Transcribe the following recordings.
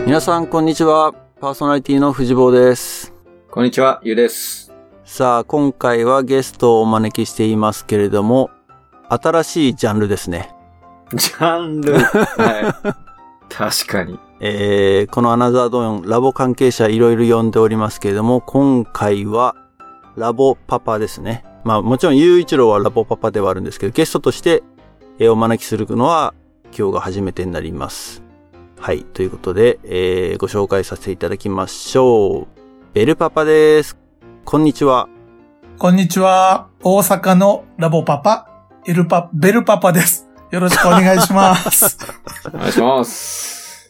皆さんこんにちは。パーソナリティの藤坊です。 こんにちは、ゆうです。 さあ、今回はゲストをお招きしていますけれども、新しいジャンルですね。 ジャンルはい。確かに。 このアナザードーン、ラボ関係者いろいろ呼んでおりますけれども、今回はラボパパですね。まあもちろんゆういちろうはラボパパではあるんですけど、ゲストとしてお招きするのは今日が初めてになります。はい。ということで、ご紹介させていただきましょう。ベルパパです。こんにちは。 こんにちは。大阪のラボパパ、ベルパパです。よろしくお願いします。 お願いします。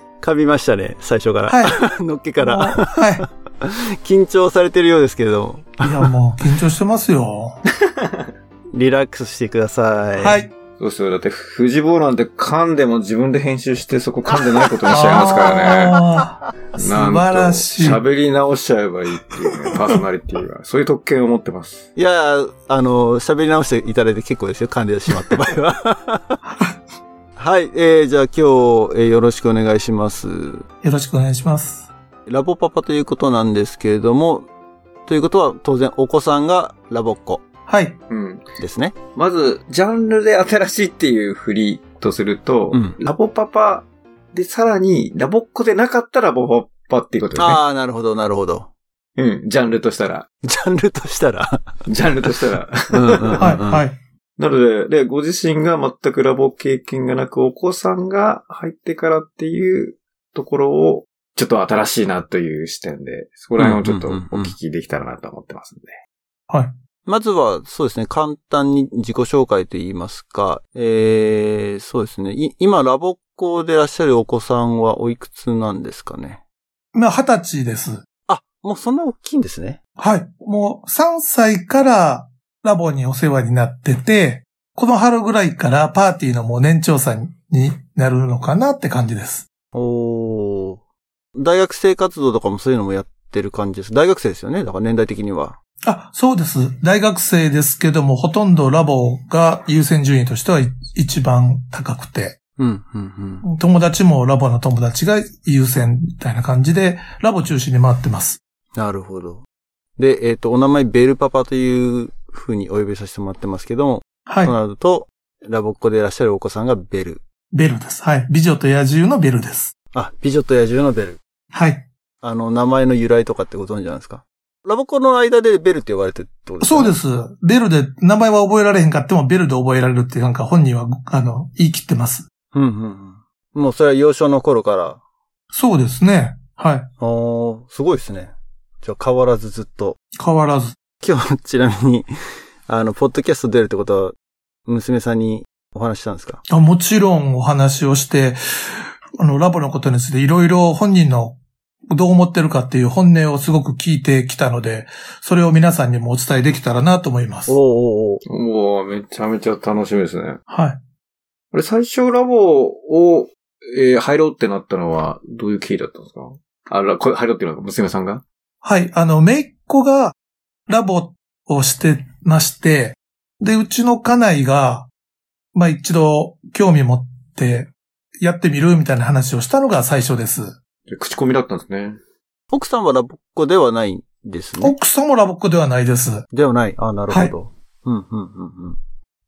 噛みましたね、最初から。 はい。 のっけから。 はい。 緊張されてるようですけれども。 いや、もう緊張してますよ。 リラックスしてください。 はい。 そうですよ。だって、藤坊なんて噛んでも自分で編集してそこ噛んでないことにしちゃいますからね。 素晴らしい。 喋り直しちゃえばいいっていうね、パーソナリティが。そういう特権を持ってます。 いや、喋り直していただいて結構ですよ。噛んでしまった場合は。はい。じゃあ今日、よろしくお願いします。 よろしくお願いします。 ラボパパということなんですけれども、ということは当然お子さんがラボっ子。 はい。 うん。 ですね。 まず、ジャンルで新しいっていう振りとすると、ラボパパでさらにラボっ子でなかったらラボパパっていうことですね。 ああ、なるほど、なるほど。 うん、ジャンルとしたら。 ジャンルとしたら。 はい、はい。 なので、ご自身が全くラボ経験がなく、お子さんが入ってからっていうところを、ちょっと新しいなという視点で、そこら辺をちょっとお聞きできたらなと思ってますんで。 はい。 まずは、そうですね、簡単に自己紹介といいますか、そうですね、今、ラボっ子でいらっしゃるお子さんはおいくつなんですかね。 まあ、20歳です。 あ、もうそんな大きいんですね。 はい。もう3歳からラボにお世話になってて、この春ぐらいからパーティーのもう年長さんになるのかなって感じです。 おー。大学生活動とかもそういうのもやってる感じです。大学生ですよね。だから年代的には。 あ、そうです。大学生ですけども、ほとんどラボが優先順位としては一番高くて。友達もラボの友達が優先みたいな感じで、ラボ中心に回ってます。 なるほど。で、お名前ベルパパという風にお呼びさせてもらってますけども、 はい。 となると、ラボっ子でいらっしゃるお子さんがベル。 ベルです。はい。美女と野獣のベルです。 あ、美女と野獣のベル。 はい。 名前の由来とかってご存知なんですか？ラボっ子の間でベルって呼ばれてるってことですか？ そうです。ベルで、名前は覚えられへんかってもベルで覚えられるってなんか本人は、言い切ってます。 もうそれは幼少の頃から。 そうですね。はい。 すごいですね。じゃあ変わらずずっと。 変わらず。 今日ちなみに、ポッドキャスト出るってことは、娘さんにお話したんですか？ もちろんお話をして、ラボのことについていろいろ本人のどう思ってるかっていう本音をすごく聞いてきたので、それを皆さんにもお伝えできたらなと思います。 おー、めちゃめちゃ楽しみですね。 はい。 あれ、最初ラボを、入ろうってなったのは、どういう経緯だったんですか？入ろうっていうのは娘さんが？ はい。姪っ子がラボをしてまして、で、うちの家内が、まあ一度興味持ってやってみるみたいな話をしたのが最初です。 口コミだったんですね。 奥さんはラボっ子ではないんですね。 奥さんもラボっ子ではないです。 ではない。あ、なるほど。はい。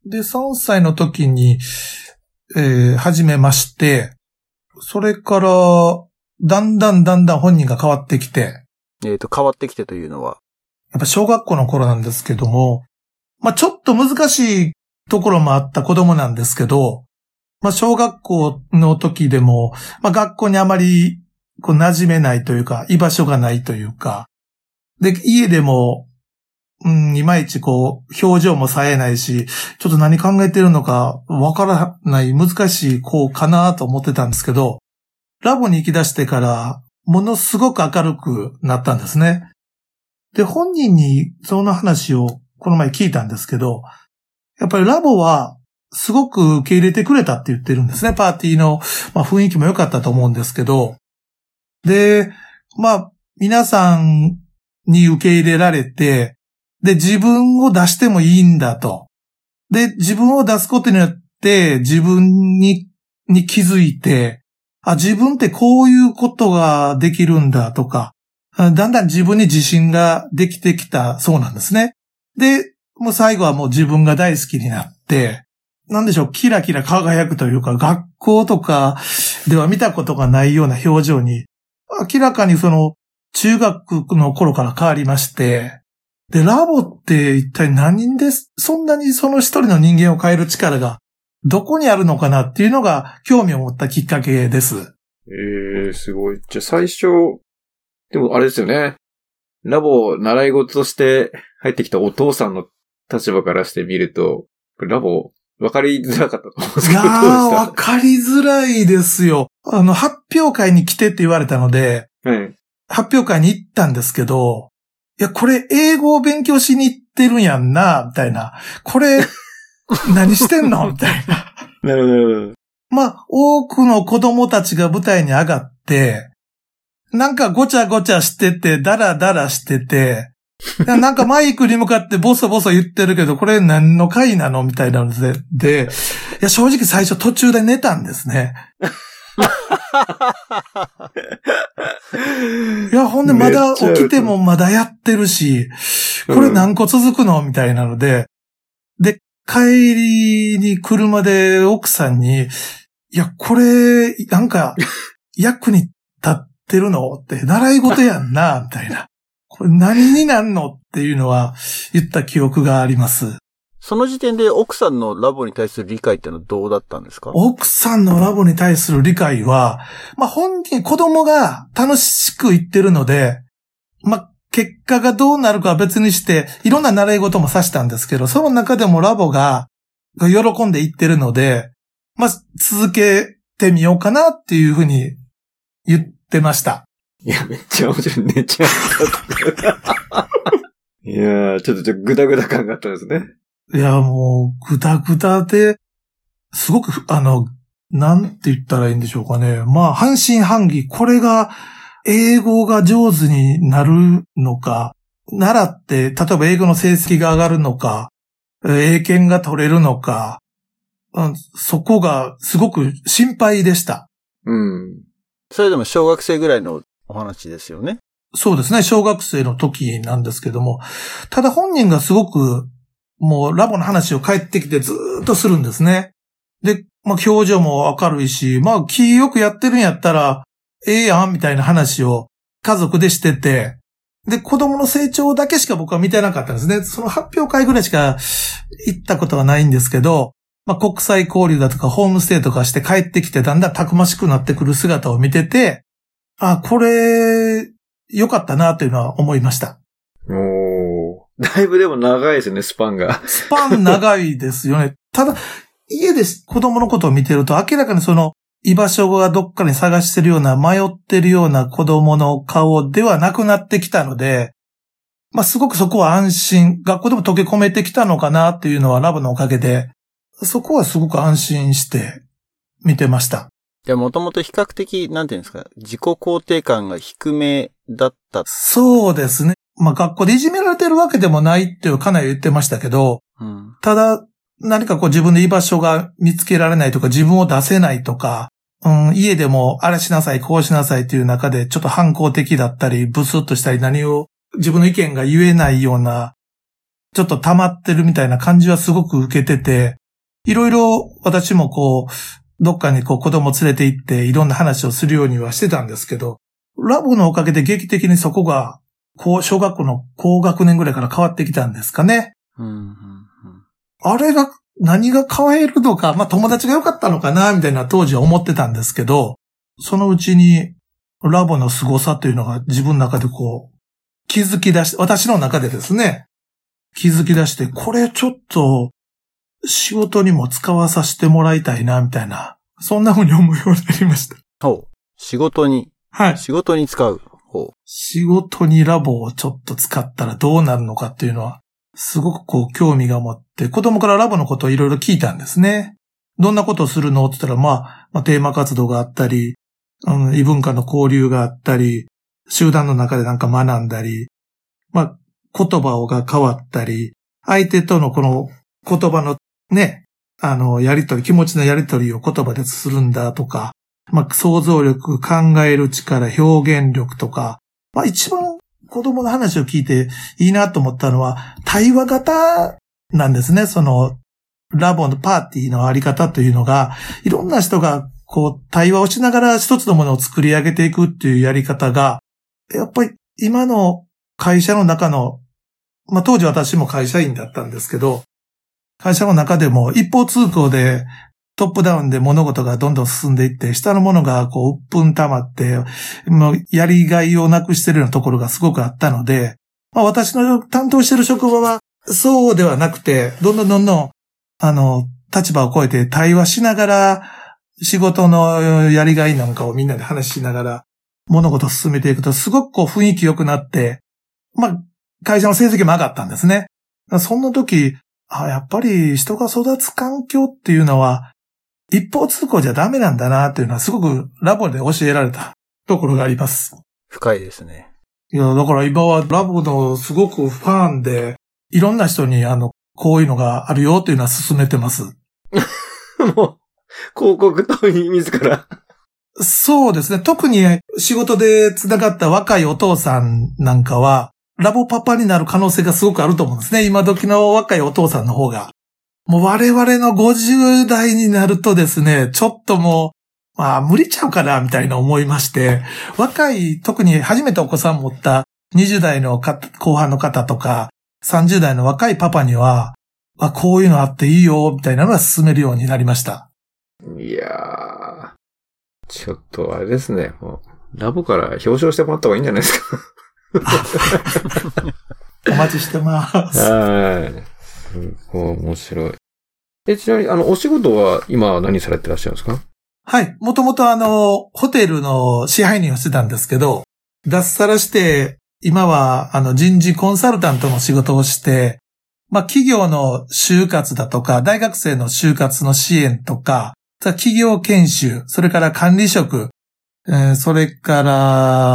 で、3歳の時に、始めまして、それから、だんだん本人が変わってきて。 変わってきてというのは？ やっぱ小学校の頃なんですけども、まあちょっと難しいところもあった子供なんですけど、まあ小学校の時でも、まあ学校にあまり馴染めないというか、居場所がないというか、で、家でも、いまいち表情も冴えないし、ちょっと何考えてるのかわからない難しい子かなと思ってたんですけど、ラボに行き出してからものすごく明るくなったんですね。で、本人にその話をこの前聞いたんですけど、やっぱりラボはすごく受け入れてくれたって言ってるんですね。パーティーの、雰囲気も良かったと思うんですけど。で、皆さんに受け入れられて、で、自分を出してもいいんだと。で、自分を出すことによって自分に気づいて、 自分ってこういうことができるんだとか、だんだん自分に自信ができてきたそうなんですね。で、もう最後はもう自分が大好きになって、なんでしょう、キラキラ輝くというか、学校とかでは見たことがないような表情に、明らかに中学の頃から変わりまして、で、ラボって一体何でそんなにその一人の人間を変える力がどこにあるのかなっていうのが興味を持ったきっかけです。 すごい。じゃあ最初、でもあれですよね。ラボ習い事として入ってきたお父さんの立場からしてみると、ラボ分かりづらかったと思うんですけど。いやー、分かりづらいですよ。発表会に来てって言われたので、 はい、 発表会に行ったんですけど、いや、これ英語を勉強しに行ってるんやんな、みたいな。これ、何してんのみたいな。 なるほど、なるほど。 まあ、多くの子供たちが舞台に上がって、なんかごちゃごちゃしてて、ダラダラしてて、なんかマイクに向かってボソボソ言ってるけど、これ何の回なのみたいなので、いや、正直最初途中で寝たんですね。いや、ほんでまだ起きてもまだやってるし、これ何個続くのみたいなので、で、帰りに車で奥さんに、いや、これ、なんか、役に立ってるのって、習い事やんな、みたいな。これ何になんのっていうのは言った記憶があります。 その時点で奥さんのラボに対する理解ってのはどうだったんですか？ 奥さんのラボに対する理解は、まあ、本人、子供が楽しく言ってるので、まあ、結果がどうなるかは別にして、いろんな習い事もさしたんですけど、その中でもラボが喜んで言ってるので、まあ、続けてみようかなっていうふうに言ってました。 いや、めっちゃ面白い。寝ちゃった。いやー、ちょっとグダグダ感があったんですね。 いや、もう、ぐだぐだで、すごく、なんて言ったらいいんでしょうかね。まあ、半信半疑。これが、英語が上手になるのか、習って、例えば英語の成績が上がるのか、英検が取れるのか、そこがすごく心配でした。 うん。 それでも小学生ぐらいのお話ですよね。 そうですね。小学生の時なんですけども。ただ本人がすごく、もうラボの話を帰ってきてずーっとするんですね。で、まあ表情も明るいし、まあ気よくやってるんやったら、ええやんみたいな話を家族でしてて、で、子供の成長だけしか僕は見てなかったんですね。その発表会ぐらいしか行ったことはないんですけど、まあ国際交流だとかホームステイとかして帰ってきてだんだんたくましくなってくる姿を見てて、これ、良かったなというのは思いました。 だいぶでも長いですね、スパンが。 スパン長いですよね。ただ、家で子供のことを見てると明らかにその居場所がどっかに探してるような、迷ってるような子供の顔ではなくなってきたので、まあ、すごくそこは安心、学校でも溶け込めてきたのかなっていうのはラボのおかげで、そこはすごく安心して見てました。 いや、もともと比較的、なんていうんですか、自己肯定感が低めだった。 そうですね。まあ、学校でいじめられてるわけでもないっていうかなり言ってましたけど、ただ、何かこう自分で居場所が見つけられないとか、自分を出せないとか、家でもあれしなさい、こうしなさいという中でちょっと反抗的だったり、ブスッとしたり何を自分の意見が言えないような、ちょっと溜まってるみたいな感じはすごく受けてて、いろいろ私もこう、どっかにこう子供連れて行っていろんな話をするようにはしてたんですけど、ラボのおかげで劇的にそこが、小学校の高学年ぐらいから変わってきたんですかね。あれが、何が変えるのか、まあ友達が良かったのかな、みたいな当時は思ってたんですけど、そのうちにラボの凄さというのが自分の中でこう、気づき出して、私の中でですね、気づき出して、これちょっと仕事にも使わさせてもらいたいな、みたいな、そんな風に思うようになりました。 仕事に。 はい。 仕事に使う。 仕事にラボをちょっと使ったらどうなるのかっていうのは、すごくこう興味が持って、子供からラボのことをいろいろ聞いたんですね。どんなことをするのって言ったら、まあ、テーマ活動があったり、異文化の交流があったり、集団の中でなんか学んだり、まあ、言葉が変わったり、相手とのこの言葉のね、やりとり、気持ちのやりとりを言葉でするんだとか、 想像力、考える力、表現力とか、一番子供の話を聞いていいなと思ったのは、対話型なんですね。ラボのパーティーのあり方というのが、いろんな人が対話をしながら一つのものを作り上げていくっていうやり方が、やっぱり今の会社の中の、当時私も会社員だったんですけど、会社の中でも一方通行でトップダウンで物事がどんどん進んでいって、下のものが鬱憤溜まって、もうやりがいをなくしてるようなところがすごくあったので、私の担当している職場はそうではなくて、どんどん、立場を超えて対話しながら、仕事のやりがいなんかをみんなで話しながら、物事を進めていくと、すごく雰囲気良くなって、会社の成績も上がったんですね。そんな時、やっぱり人が育つ環境っていうのは、一方通行じゃダメなんだなっていうのはすごくラボで教えられたところがあります。 深いですね。 いや、だから今はラボのすごくファンで、いろんな人にこういうのがあるよっていうのは勧めてます。 もう、広告塔に自ら。 そうですね。特に仕事で繋がった若いお父さんなんかは、ラボパパになる可能性がすごくあると思うんですね。今時の若いお父さんの方が。もう我々の50代になるとですね、ちょっともう、無理ちゃうかな、みたいな思いまして、若い、特に初めてお子さん持った20代の後半の方とか、30代の若いパパには、こういうのあっていいよ、みたいなのは進めるようになりました。 いやー、ちょっとあれですね。もうラボから表彰してもらった方がいいんじゃないですか。 お待ちしてます。 はい。すごい面白い。ちなみに、お仕事は今何されてらっしゃるんですか？ はい。もともとホテルの支配人をしてたんですけど、脱サラして、今は人事コンサルタントの仕事をして、企業の就活だとか、大学生の就活の支援とか、企業研修、それから管理職、それから、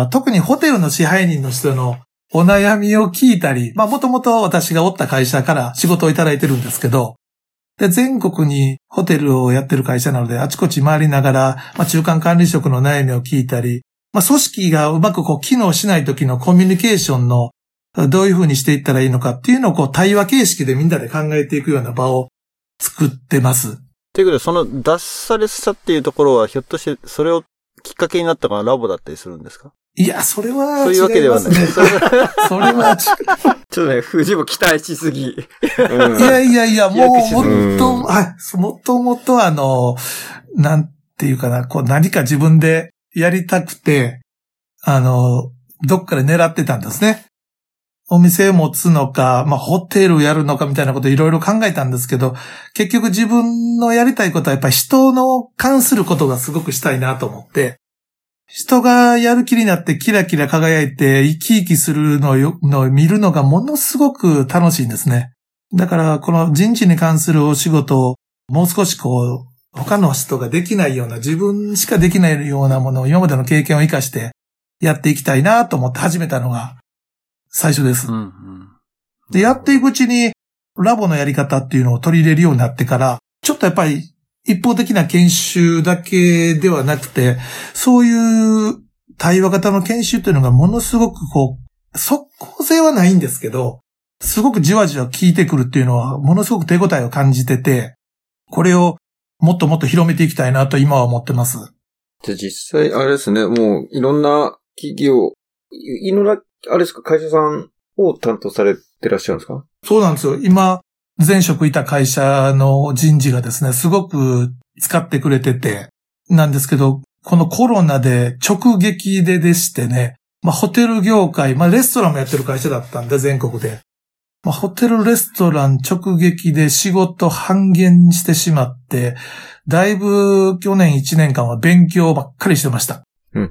特にホテルの支配人の人のお悩みを聞いたり、もともと私がおった会社から仕事をいただいてるんですけど、で、全国にホテルをやってる会社なので、あちこち回りながら、中間管理職の悩みを聞いたり、組織がうまく機能しない時のコミュニケーションのどういうふうにしていったらいいのかっていうのを対話形式でみんなで考えていくような場を作ってます。 ということで、その脱サラしたっていうところは、ひょっとしてそれをきっかけになったのがラボだったりするんですか？ いや、それはそういうわけではない。 それはちょっとね、藤も期待しすぎ。 いや、もともとなんていうかな、何か自分でやりたくて、どっかで狙ってたんですね。お店を持つのか、ホテルやるのかみたいなこといろいろ考えたんですけど、結局自分のやりたいことはやっぱり人の関することがすごくしたいなと思って、人がやる気になってキラキラ輝いて生き生きするのを見るのがものすごく楽しいんですね。だからこの人事に関するお仕事をもう少し他の人ができないような、自分しかできないようなものを今までの経験を生かしてやっていきたいなと思って始めたのが最初です。で、やっていくうちにラボのやり方っていうのを取り入れるようになってから、ちょっとやっぱり一方的な研修だけではなくて、そういう対話型の研修っていうのがものすごく即効性はないんですけど、すごくじわじわ効いてくるっていうのはものすごく手応えを感じてて、これをもっともっと広めていきたいなと今は思ってます。 じゃあ実際あれですね、もういろんな企業、いろんな、あれですか、会社さんを担当されてらっしゃるんですか？ そうなんですよ。今、前職いた会社の人事がですね、すごく使ってくれてて、なんですけど、このコロナで直撃でしてね、ホテル業界、レストランもやってる会社だったんで、全国で。ホテルレストラン直撃で仕事半減してしまって、だいぶ去年1年間は勉強ばっかりしてました。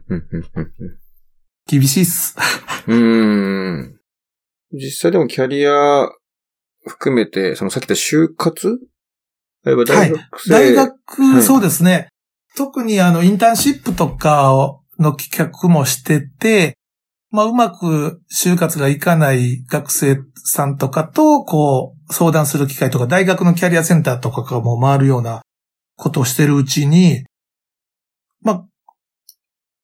厳しいっす。 実際でもキャリア含めて、さっき言った就活？大学生。 大学、そうですね。特にインターンシップとかの企画もしてて、うまく就活がいかない学生さんとかと、相談する機会とか、大学のキャリアセンターとかも回るようなことをしてるうちに、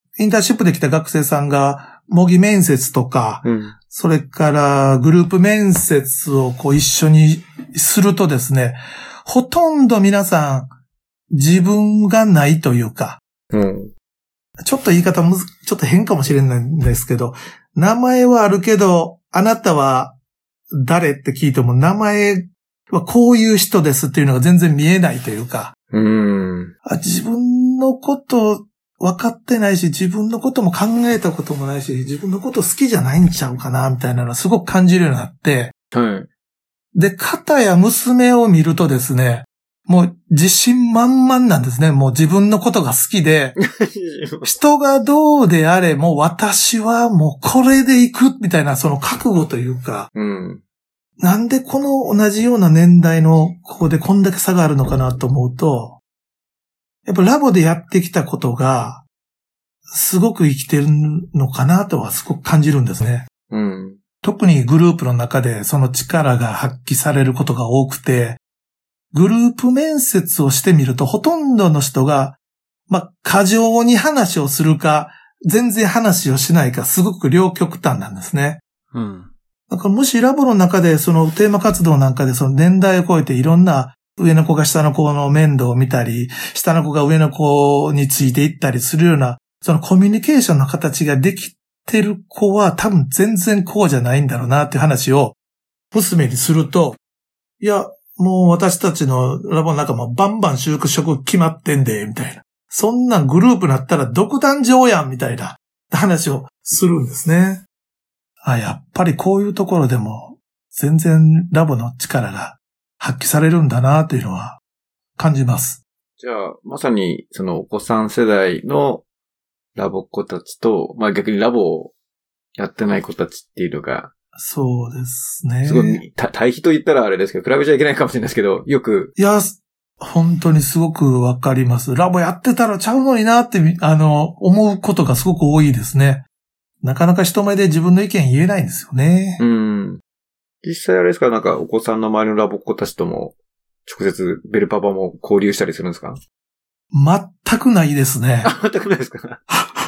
インターンシップで来た学生さんが模擬面接とか、それからグループ面接をこう一緒にするとですね、ほとんど皆さん自分がないというか、ちょっと言い方ちょっと変かもしれないんですけど、名前はあるけど、あなたは誰って聞いても名前はこういう人ですっていうのが全然見えないというか、自分のこと分かってないし、自分のことも考えたこともないし、自分のこと好きじゃないんちゃうかな、みたいなのをすごく感じるようになって、で、片や娘を見るとですね、もう自信満々なんですね。もう自分のことが好きで、人がどうであれ、もう私はもうこれで行くみたいなその覚悟というか、なんでこの同じような年代の子でこんだけ差があるのかなと思うと、やっぱラボでやってきたことが、すごく生きてるのかなとはすごく感じるんですね。特にグループの中でその力が発揮されることが多くて、グループ面接をしてみるとほとんどの人が、過剰に話をするか、全然話をしないか、すごく両極端なんですね。だからもしラボの中でそのテーマ活動なんかでその年代を超えていろんな上の子が下の子の面倒を見たり、下の子が上の子についていったりするような、そのコミュニケーションの形ができてる子は多分全然こうじゃないんだろうなっていう話を娘にすると、いや、もう私たちのラボの中もバンバン就職決まってんで、みたいな。そんなんグループになったら独壇場やん、みたいな話をするんですね。やっぱりこういうところでも全然ラボの力が発揮されるんだなというのは感じます。 じゃあ、まさにそのお子さん世代のラボっ子たちと、逆にラボをやってない子たちっていうのが、 そうですね。 すごい、対比と言ったらあれですけど、比べちゃいけないかもしれないですけど、よく。 いや、本当にすごくわかります。ラボやってたらちゃうのになって、思うことがすごく多いですね。なかなか人前で自分の意見言えないんですよね。 実際あれですか、なんかお子さんの周りのラボっ子たちとも、直接ベルパパも交流したりするんですか？ 全くないですね。 全くないですか？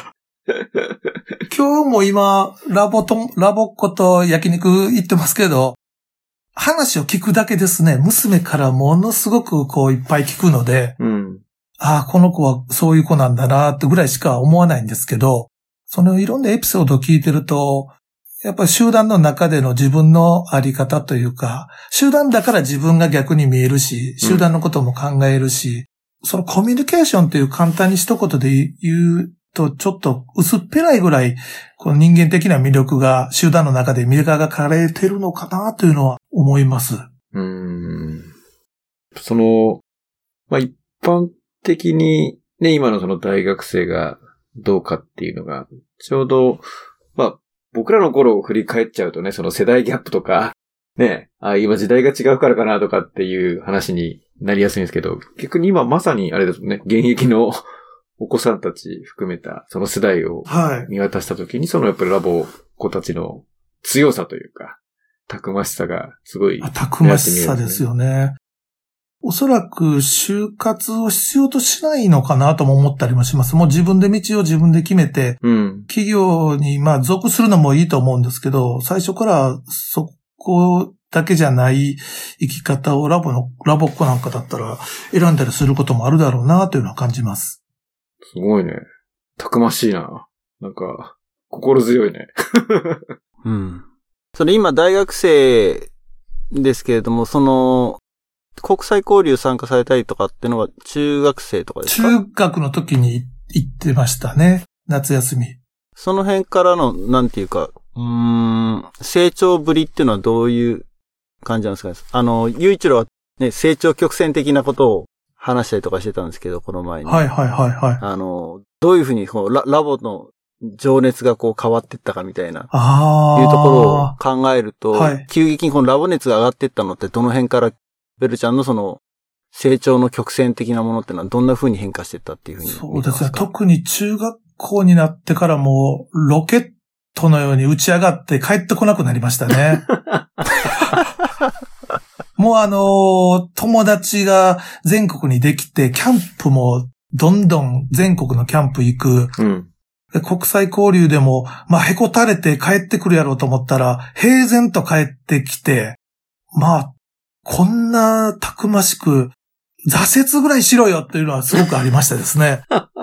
今日も今、ラボっ子と焼肉行ってますけど、話を聞くだけですね。娘からものすごくこういっぱい聞くので、この子はそういう子なんだなってぐらいしか思わないんですけど、そのいろんなエピソードを聞いてると、やっぱり集団の中での自分のあり方というか、集団だから自分が逆に見えるし、集団のことも考えるし、そのコミュニケーションという簡単に一言で言うと、ちょっと薄っぺらいぐらい、この人間的な魅力が集団の中で磨かれてるのかなというのは思います。 その、一般的にね、今のその大学生がどうかっていうのが、ちょうど、僕らの頃を振り返っちゃうとね、その世代ギャップとか、ね、今時代が違うからかなとかっていう話になりやすいんですけど、逆に今まさにあれですもんね、現役のお子さんたち含めたその世代を見渡したときに、そのやっぱりラボ子たちの強さというか、たくましさがすごい、 たくましさですよね。おそらく就活を必要としないのかなとも思ったりもします。もう自分で道を自分で決めて、企業に属するのもいいと思うんですけど、最初からそこだけじゃない生き方をラボっ子なんかだったら選んだりすることもあるだろうなというのは感じます。 すごいね。たくましいな。なんか、心強いね。 それ今大学生ですけれども、その、国際交流参加されたりとかっていうのは中学生とかですか？ 中学の時に行ってましたね。夏休み。 その辺からの、なんていうか、成長ぶりっていうのはどういう感じなんですかね。雄一郎はね、成長曲線的なことを話したりとかしてたんですけど、この前に。どういうふうにラボの情熱がこう変わっていったかみたいな、いうところを考えると、急激にこのラボ熱が上がっていったのってどの辺からベルちゃんのその成長の曲線的なものってのはどんな風に変化していったっていう風に見てますか？ そうですね。特に中学校になってからもロケットのように打ち上がって帰ってこなくなりましたね。もう友達が全国にできて、キャンプもどんどん全国のキャンプ行く。 国際交流でも、まあ、へこたれて帰ってくるやろうと思ったら、平然と帰ってきて、まあ、こんなたくましく、挫折ぐらいしろよっていうのはすごくありましたですね。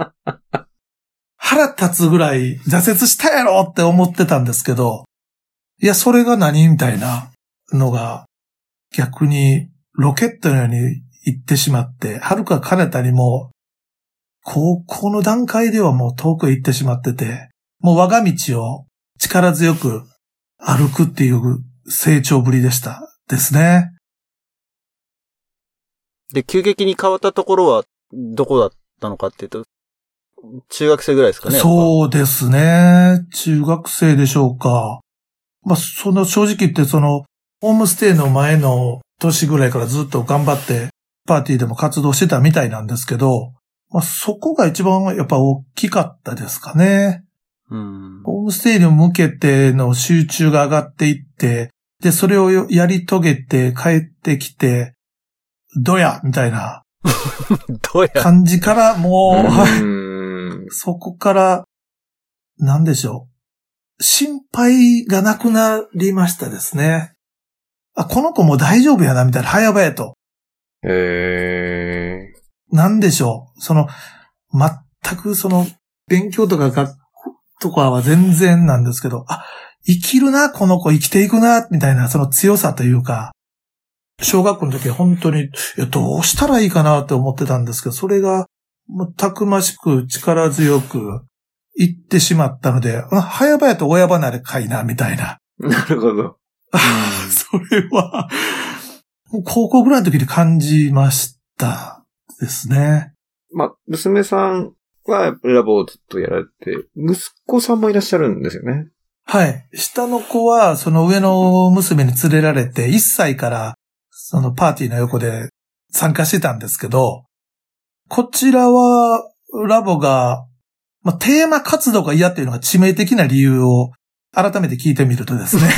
腹立つぐらい挫折したやろって思ってたんですけど、いや、それが何みたいなのが、逆にロケットのように行ってしまって、遥か彼方にも、高校の段階ではもう遠くへ行ってしまってて、もう我が道を力強く歩くっていう成長ぶりでしたですね。 で、急激に変わったところはどこだったのかっていうと、中学生ぐらいですかね。 そうですね。中学生でしょうか。まあ、正直言ってホームステイの前の年ぐらいからずっと頑張ってパーティーでも活動してたみたいなんですけど、まあ、そこが一番やっぱ大きかったですかね。ホームステイに向けての集中が上がっていって、で、それをやり遂げて帰ってきて、どやみたいな感じからもう、そこから、なんでしょう。心配がなくなりましたですね。あ、この子もう大丈夫やな、みたいな、早々と。なんでしょう。全く勉強とか学校とかは全然なんですけど、あ、生きるな、この子生きていくな、みたいな、その強さというか、小学校の時は本当に、いや、どうしたらいいかなって思ってたんですけど、それが、たくましく力強く言ってしまったので、早々と親離れかいな、みたいな。 なるほど。 それは、高校ぐらいの時に感じましたですね。 まあ、娘さんはラボをずっとやられて、息子さんもいらっしゃるんですよね。 はい。下の子は、その上の娘に連れられて、1歳からそのパーティーの横で参加してたんですけど、こちらは、ラボが、まあ、テーマ活動が嫌っていうのが致命的な理由を改めて聞いてみるとですね。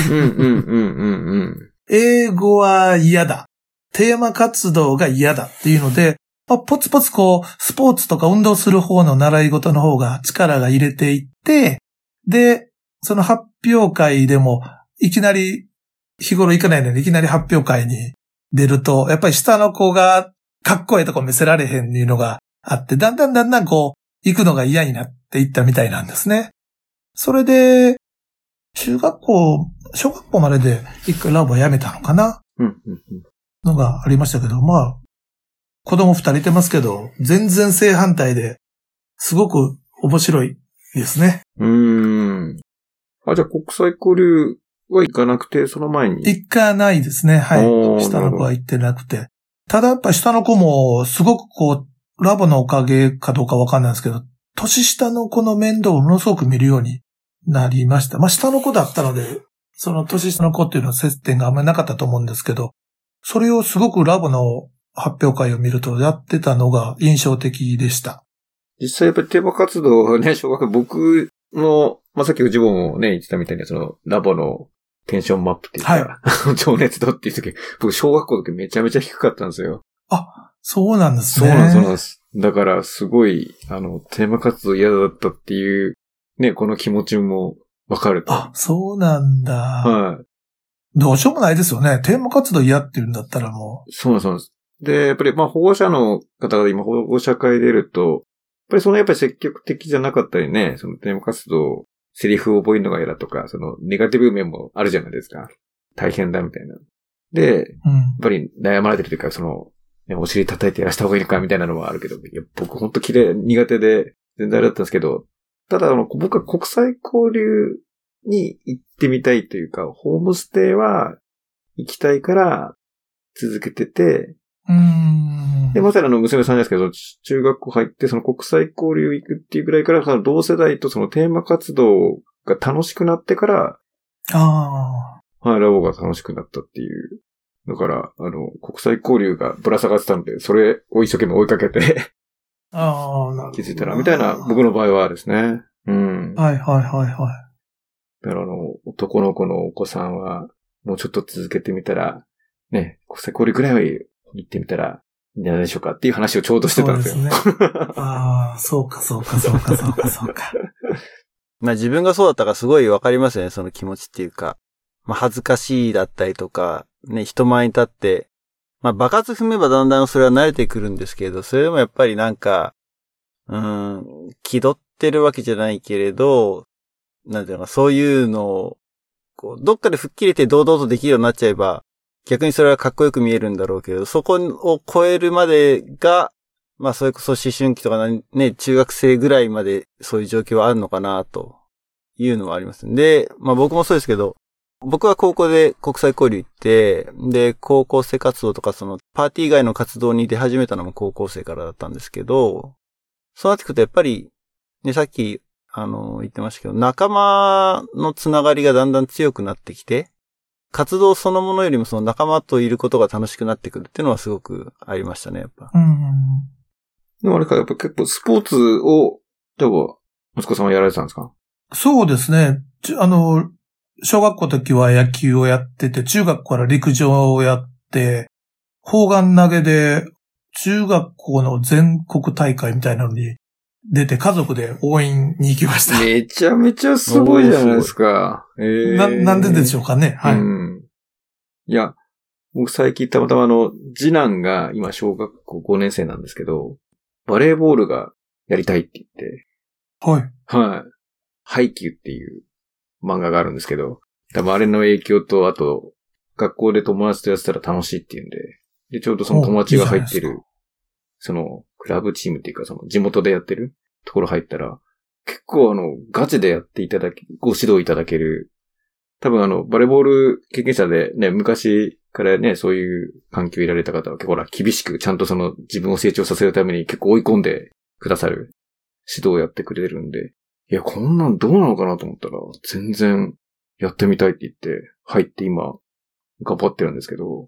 英語は嫌だ。テーマ活動が嫌だっていうので、まあ、ポツポツスポーツとか運動する方の習い事の方が力が入れていって、で、その発表会でも、いきなり、日頃行かないのにいきなり発表会に出ると、やっぱり下の子がかっこいいとこ見せられへんっていうのがあって、だんだん行くのが嫌になっていったみたいなんですね。それで、小学校までで一回ラボやめたのかなのがありましたけど、まあ、子供2人いてますけど、全然正反対で、すごく面白いですね。 あ、じゃあ国際交流は行かなくて、その前に行かないですね。はい。下の子は行ってなくて。ただやっぱ下の子も、すごくラボのおかげかどうかわかんないですけど、年下の子の面倒をものすごく見るようになりました。まあ下の子だったので、その年下の子っていうのは接点があんまりなかったと思うんですけど、それをすごくラボの発表会を見るとやってたのが印象的でした。 実際やっぱりテーマ活動をね、僕の、まあ、さっき藤本もね、言ってたみたいにラボのテンションマップっていうか、はい、情熱度っていう時、僕小学校の時めちゃめちゃ低かったんですよ。 あ、そうなんですね。 そうなんです。だからすごい、テーマ活動嫌だったっていう、ね、この気持ちもわかると。 あ、そうなんだ。 はい。 どうしようもないですよね。テーマ活動嫌って言うんだったらもう。 そうなんです。で、やっぱりまあ保護者の方が今保護者会出ると、やっぱり積極的じゃなかったりね、そのテーマ活動、セリフを覚えるのが嫌だとか、ネガティブ面もあるじゃないですか。大変だみたいな。で、やっぱり悩まれてるというか、ね、お尻叩いてやらした方がいいのかみたいなのはあるけど、いや僕ほんと苦手で全然あれだったんですけど、ただ僕は国際交流に行ってみたいというか、ホームステイは行きたいから続けてて、で、まさに娘さんですけど、中学校入って、国際交流行くっていうぐらいから、同世代とテーマ活動が楽しくなってから、はい、ラボが楽しくなったっていう。だから、国際交流がぶら下がってたので、それを一生懸命追いかけて気づいたら、みたいな、僕の場合はですね。 はい。だから男の子のお子さんは、もうちょっと続けてみたら、ね、国際交流ぐらいは行ってみたら、いいんじゃないでしょうかっていう話をちょうどしてたんですよ。 そうですね。そうか。 まあ自分がそうだったからすごいわかりますよね、その気持ちっていうか。まあ恥ずかしいだったりとか、ね、人前に立って、まあ爆発踏めばだんだんそれは慣れてくるんですけど、それでもやっぱりなんか、気取ってるわけじゃないけれど、なんていうのか、そういうのを、こう、どっかで吹っ切れて堂々とできるようになっちゃえば、逆にそれはかっこよく見えるんだろうけど、そこを超えるまでが、まあそれこそ思春期とかね、中学生ぐらいまでそういう状況はあるのかな、というのはあります。で、まあ僕もそうですけど、僕は高校で国際交流行って、で、高校生活動とかそのパーティー以外の活動に出始めたのも高校生からだったんですけど、そうなってくるとやっぱり、ね、さっき、言ってましたけど、仲間のつながりがだんだん強くなってきて、活動そのものよりもその仲間といることが楽しくなってくるっていうのはすごくありましたね、やっぱ。 でもあれか、やっぱ結構スポーツを、例えば、息子さんはやられてたんですか？ そうですね。小学校の時は野球をやってて、中学から陸上をやって、砲丸投げで中学校の全国大会みたいなのに出て家族で応援に行きました。 めちゃめちゃすごいじゃないですか。 なんででしょうかね。はい。 いや、僕最近たまたま次男が今小学校5年生なんですけど、バレーボールがやりたいって言って、 はい。 はい。ハイキューっていう漫画があるんですけど、多分あれの影響と、あと、学校で友達とやってたら楽しいっていうんで、で、ちょうどその友達が入ってる、その、クラブチームっていうか、その、地元でやってるところ入ったら、結構ガチでやっていただけ、ご指導いただける、多分バレーボール経験者でね、昔からね、そういう環境をいられた方は結構厳しく、ちゃんとその、自分を成長させるために結構追い込んでくださる指導をやってくれるんで、いや、こんなんどうなのかなと思ったら、全然やってみたいって言って、入って今、頑張ってるんですけど。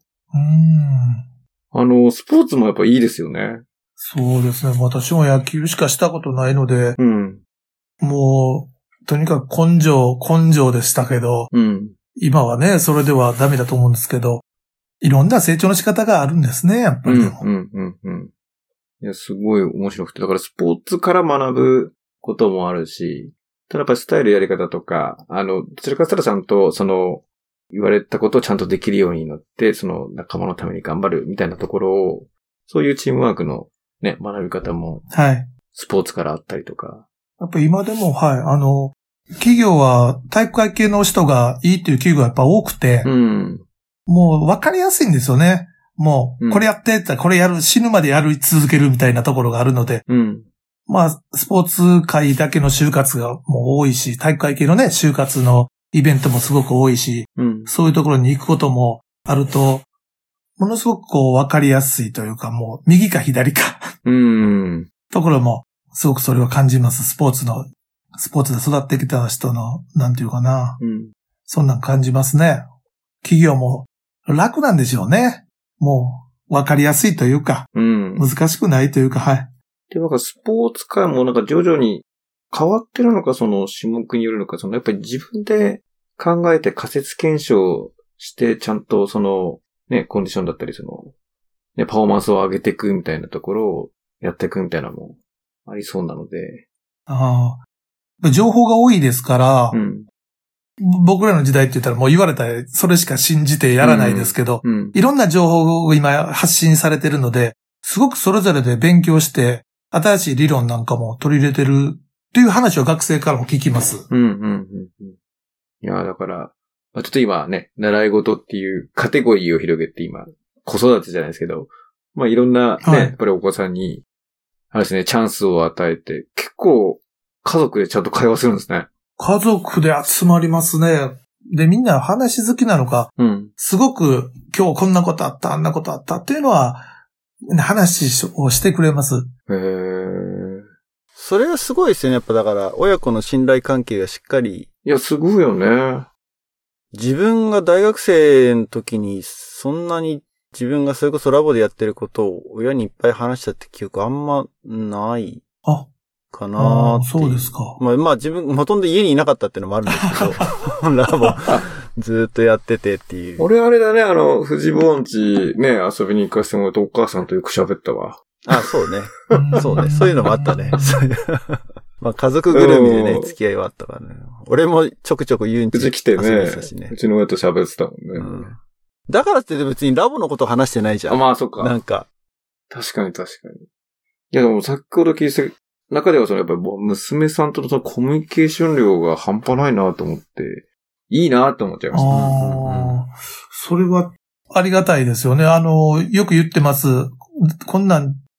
スポーツもやっぱいいですよね。 そうですね。私も野球しかしたことないので、もう、とにかく根性でしたけど、今はね、それではダメだと思うんですけど、いろんな成長の仕方があるんですね、やっぱりでも。 いや、すごい面白くて、だからスポーツから学ぶこともあるし、ただやっぱりスタイルやり方とか、どちらかというとちゃんと、言われたことをちゃんとできるようになって、その仲間のために頑張るみたいなところを、そういうチームワークのね、学び方も、スポーツからあったりとか。 やっぱ今でも、企業は体育会系の人がいいっていう企業がやっぱ多くて、もう分かりやすいんですよね。もう、これやってって言ったらこれやる、死ぬまでやり続けるみたいなところがあるので、まあ、スポーツ界だけの就活がもう多いし、体育会系のね、就活のイベントもすごく多いし、そういうところに行くこともあると、ものすごくこう分かりやすいというか、もう右か左かところもすごくそれを感じます。スポーツで育ってきた人の、なんていうかな。そんなん感じますね。企業も楽なんでしょうね。もう分かりやすいというか、難しくないというか、 で、なんかスポーツ界もなんか徐々に変わってるのか、その種目によるのか、やっぱり自分で考えて仮説検証して、ちゃんとね、コンディションだったり、ね、パフォーマンスを上げていくみたいなところをやっていくみたいなのもありそうなので。 情報が多いですから、僕らの時代って言ったらもう言われたらそれしか信じてやらないですけど、いろんな情報を今発信されてるので、すごくそれぞれで勉強して、新しい理論なんかも取り入れてるっていう話を学生からも聞きます。 いや、だから、ちょっと今ね、習い事っていうカテゴリーを広げて今、子育てじゃないですけど、まあいろんなね、やっぱりお子さんに、あれですね、チャンスを与えて、結構家族でちゃんと会話するんですね。 家族で集まりますね。で、みんな話好きなのか、すごく今日こんなことあった、あんなことあったっていうのは、話をしてくれます。 それはすごいですよね。やっぱだから、親子の信頼関係がしっかり。 いや、すごいよね。 自分が大学生の時に、そんなに自分がそれこそラボでやってることを親にいっぱい話したって記憶あんまないかなーって。 そうですか。 まあ自分、ほとんど家にいなかったっていうのもあるんですけど、ラボずっとやっててっていう。 俺あれだね、藤坊んちね、遊びに行かせてもらってお母さんとよく喋ったわ。 そうね。そうね。そういうのもあったね。 まあ家族ぐるみでね、付き合いはあったからね。俺もちょくちょく言うんちうち来てね、 遊びしたしね。 うちの親と喋ってたもんね。 うん。だからって別にラボのこと話してないじゃん。 あ、まあそっか。 なんか。 確かに。いやでも先ほど聞いた中ではやっぱり娘さんとのそのコミュニケーション量が半端ないなと思って、いいなと思っちゃいました。 それはありがたいですよね。よく言ってます。こんなん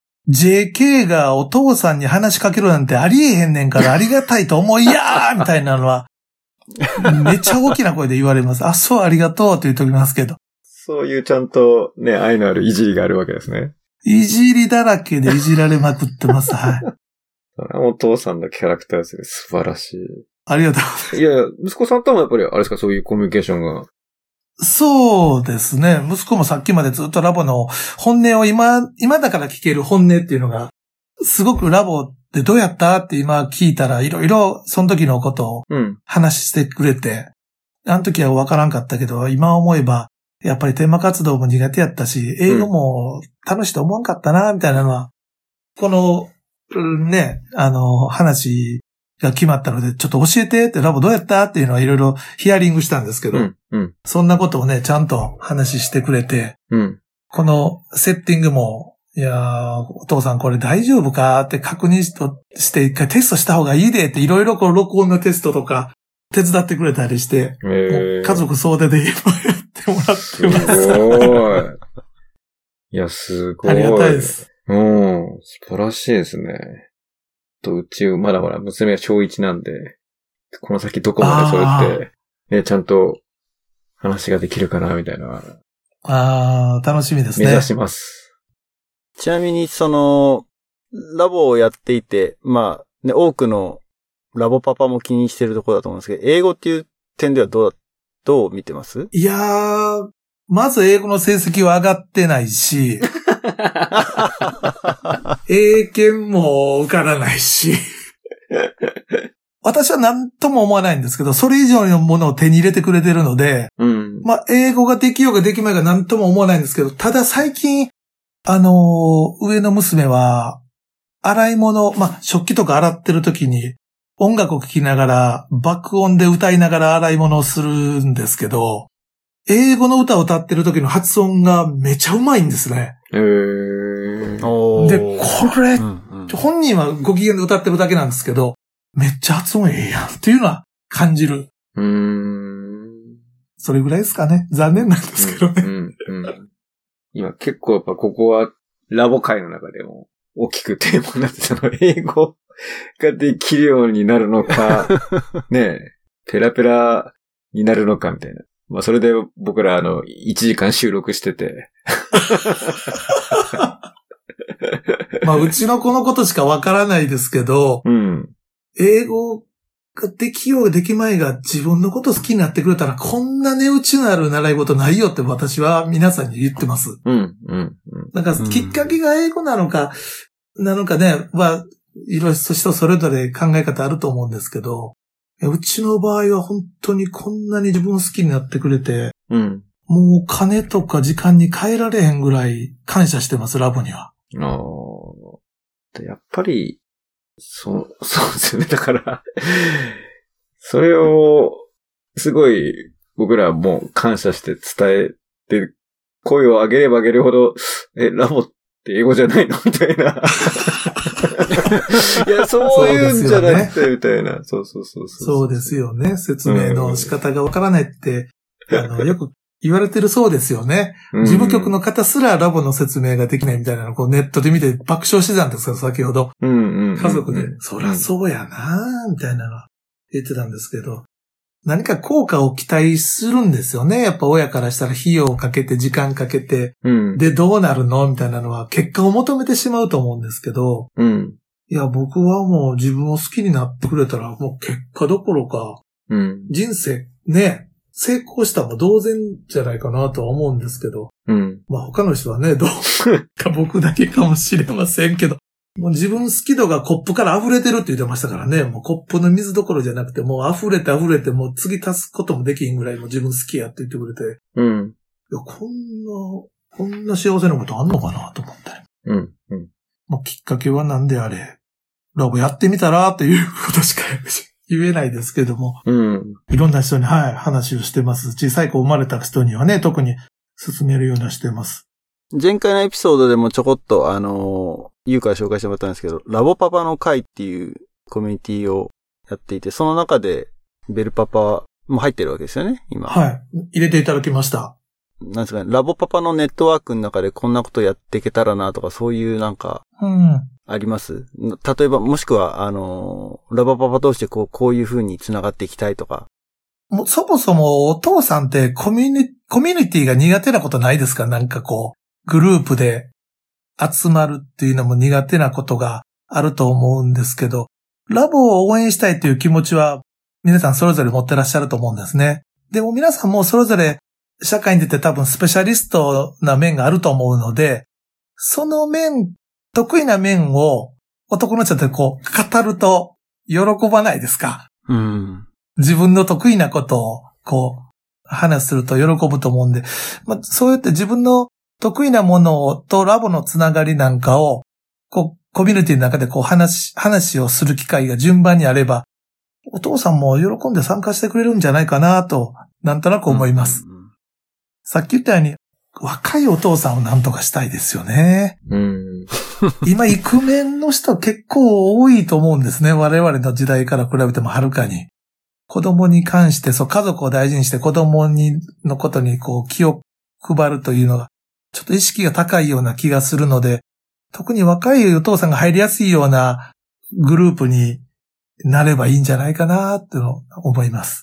、JK がお父さんに話しかけるなんてありえへんねんからありがたいと思いやーみたいなのは、めっちゃ大きな声で言われます。あ、そうありがとうと言っておきますけど。 そういうちゃんとね、愛のあるいじりがあるわけですね。 いじりだらけでいじられまくってます。はい。 お父さんのキャラクターですね。素晴らしい。 ありがとうございます。 いや、息子さんともやっぱり、あれですか、そういうコミュニケーションが。 そうですね。息子もさっきまでずっとラボの本音を今だから聞ける本音っていうのが、すごくラボってどうやったって今聞いたらいろいろその時のことを話してくれて、あの時は分からんかったけど、今思えば、やっぱりテーマ活動も苦手やったし、英語も楽しいと思わんかったな、みたいなのは、この、ね、話が決まったので、ちょっと教えてってラボどうやったっていうのはいろいろヒアリングしたんですけど、そんなことをね、ちゃんと話してくれて、このセッティングも、いやー、お父さんこれ大丈夫かって確認して一回テストした方がいいでっていろいろこう録音のテストとか手伝ってくれたりして、家族総出で今やってもらってます。 すごい。いや、すごい。 ありがたいです。 素晴らしいですね。うち、まだほら、娘は小1なんで、この先どこまでそうやって、ね、ちゃんと話ができるかな、みたいな。 楽しみですね。 目指します。 ちなみに、ラボをやっていて、まあ、ね、多くのラボパパも気にしてるところだと思うんですけど、英語っていう点ではどう見てます？ いやー、まず英語の成績は上がってないし、英検も受からないし、私は何とも思わないんですけど、それ以上のものを手に入れてくれてるので、まあ、英語ができようができまいが何とも思わないんですけど、ただ最近、上の娘は、洗い物、まあ、食器とか洗ってる時に、音楽を聴きながら、爆音で歌いながら洗い物をするんですけど、英語の歌を歌ってる時の発音がめちゃうまいんですね。で、これ、本人はご機嫌で歌ってるだけなんですけど、めっちゃ発音ええやんっていうのは感じる。それぐらいですかね。残念なんですけどね。 今結構やっぱここはラボ界の中でも大きくテーマになって、その英語ができるようになるのか、ね、ペラペラになるのかみたいな。まあそれで僕ら1時間収録してて。 まあうちの子のことしかわからないですけど、英語ができようができまいが自分のこと好きになってくれたらこんな値打ちのある習い事ないよって私は皆さんに言ってます。なんかきっかけが英語なのかね、いろいろ人それぞれ考え方あると思うんですけど、うちの場合は本当にこんなに自分を好きになってくれて、もう金とか時間に変えられへんぐらい感謝してます、ラボには。 やっぱり、そうですよね。だから、それを、すごい、僕らはもう感謝して伝えて、声を上げれば上げるほど、ラボって英語じゃないのみたいな。いや、そういうんじゃなくて、みたいな。 そうですよね。説明の仕方がわからないって、よく言われてるそうですよね。事務局の方すらラボの説明ができないみたいなのをこうネットで見て爆笑してたんですけど、先ほど。家族で、そりゃそうやなみたいなの言ってたんですけど、何か効果を期待するんですよね。やっぱ親からしたら費用をかけて、時間かけて、で、どうなるのみたいなのは結果を求めてしまうと思うんですけど、いや、僕はもう自分を好きになってくれたら、もう結果どころか、人生ね、成功したも同然じゃないかなとは思うんですけど、まあ他の人はね、どうか僕だけかもしれませんけど、もう自分好き度がコップから溢れてるって言ってましたからね。もうコップの水どころじゃなくて、もう溢れて、もう次足すこともできんぐらいも自分好きやって言ってくれて。いや、こんな幸せなことあんのかなと思ったり。まあ、きっかけはなんであれ、 ラボやってみたらっていうことしか言えないですけども。いろんな人に、話をしてます。小さい子生まれた人にはね、特に勧めるようにしてます。 前回のエピソードでもちょこっと、ゆうから紹介してもらったんですけど、ラボパパの会っていうコミュニティをやっていて、その中でベルパパも入ってるわけですよね、今。 はい。入れていただきました。 なんですかね、ラボパパのネットワークの中でこんなことやっていけたらなとか、そういうなんか、あります？例えば、もしくは、ラボパパ同士でこういう風に繋がっていきたいとか。 もうそもそもお父さんってコミュニティが苦手なことないですか？なんかグループで集まるっていうのも苦手なことがあると思うんですけど、ラボを応援したいという気持ちは皆さんそれぞれ持ってらっしゃると思うんですね。でも皆さんもそれぞれ社会に出て多分スペシャリストな面があると思うので、その得意な面を男の人って語ると喜ばないですか？自分の得意なことを話すると喜ぶと思うんで、そうやって自分の得意なものとラボのつながりなんかをコミュニティの中で話をする機会が順番にあれば、お父さんも喜んで参加してくれるんじゃないかなとなんとなく思います。さっき言ったように若いお父さんをなんとかしたいですよね。今、イクメンの人結構多いと思うんですね。我々の時代から比べてもはるかに。子供に関して、家族を大事にして子供のことに気を配るというのが、ちょっと意識が高いような気がするので、特に若いお父さんが入りやすいようなグループになればいいんじゃないかなって思います。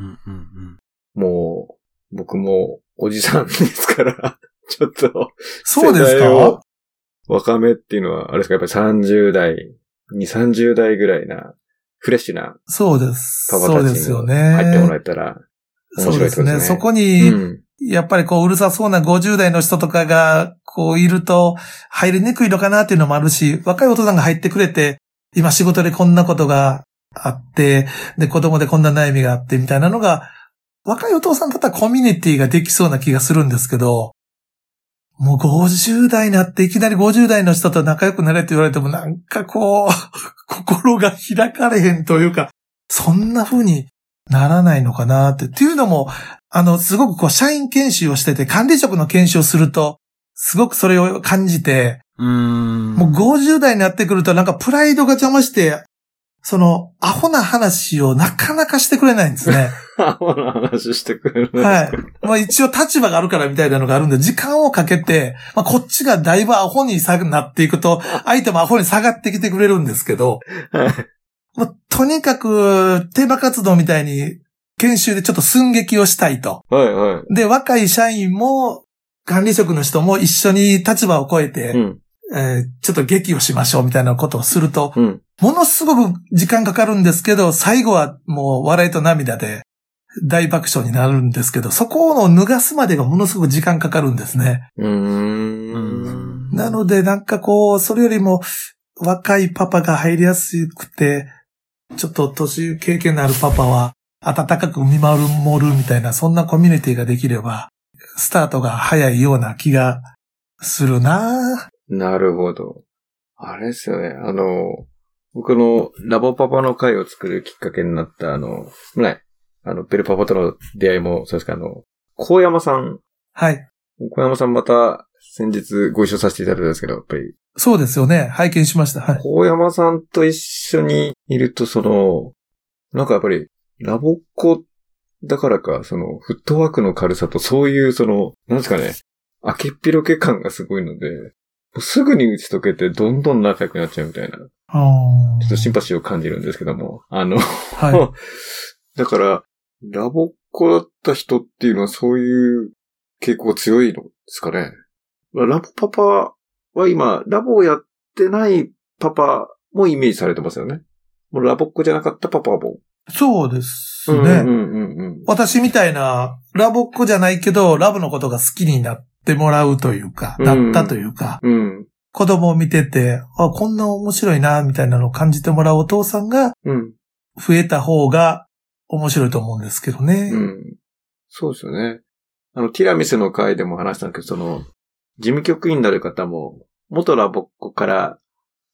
もう、僕もおじさんですから、ちょっと、 そうですか？ 若めっていうのは、あれですか、やっぱり30代、30代ぐらいな、フレッシュな、 そうです。 パパたちに入ってもらえたら、面白いってことですね。 そうですね。そこに、やっぱりうるさそうな50代の人とかが、いると、入りにくいのかなっていうのもあるし、若いお父さんが入ってくれて、今仕事でこんなことがあって、で、子供でこんな悩みがあって、みたいなのが、若いお父さんだったらコミュニティができそうな気がするんですけど、もう50代になっていきなり50代の人と仲良くなれって言われてもなんか心が開かれへんというか、そんな風にならないのかなって。っていうのも、すごく社員研修をしてて、管理職の研修をすると、すごくそれを感じて、もう50代になってくるとなんかプライドが邪魔して、アホな話をなかなかしてくれないんですね。 アホな話してくれるんですか？ はい。一応立場があるからみたいなのがあるんで、時間をかけて、こっちがだいぶアホになっていくと、相手もアホに下がってきてくれるんですけど、とにかく、テーマ活動みたいに、研修でちょっと寸劇をしたいと。で、若い社員も、管理職の人も一緒に立場を超えて、ちょっと劇をしましょうみたいなことをすると、ものすごく時間かかるんですけど、最後はもう笑いと涙で大爆笑になるんですけど、そこを脱がすまでがものすごく時間かかるんですね。なのでなんかそれよりも若いパパが入りやすくて、ちょっと年経験のあるパパは温かく見守るみたいな、そんなコミュニティができれば、スタートが早いような気がするな。 なるほど。あれですよね。僕のラボパパの会を作るきっかけになったベルパパとの出会いも、そうですか、高山さん。 はい。 高山さんまた先日ご一緒させていただいたんですけど、やっぱり。 そうですよね。拝見しました。はい。 高山さんと一緒にいると、なんかやっぱり、ラボっ子だからか、フットワークの軽さと、そういうなんですかね、明けっぴろけ感がすごいので、すぐに打ち解けてどんどん仲良くなっちゃうみたいな。ちょっとシンパシーを感じるんですけども。はい。だから、ラボっ子だった人っていうのはそういう傾向が強いのですかね。ラボパパは今、ラボをやってないパパもイメージされてますよね。もうラボっ子じゃなかったパパも。 そうですね。私みたいな、ラボっ子じゃないけど、ラボのことが好きになってもらうというか、なったというか、子供を見てて、こんな面白いな、みたいなのを感じてもらうお父さんが、増えた方が面白いと思うんですけどね。 そうですよね。ティラミスの会でも話したんだけど、事務局員になる方も、元ラボっ子から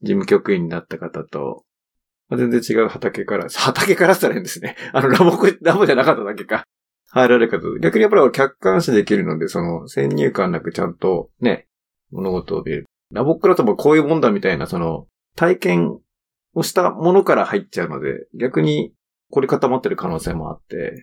事務局員になった方と、全然違う畑からしたらいいんですね。ラボじゃなかっただけか。入られる方と、逆にやっぱり客観視できるので、先入観なくちゃんとね、物事を見る。ラボっ子だともこういうもんだみたいな、体験をしたものから入っちゃうので、逆に凝り固まってる可能性もあって。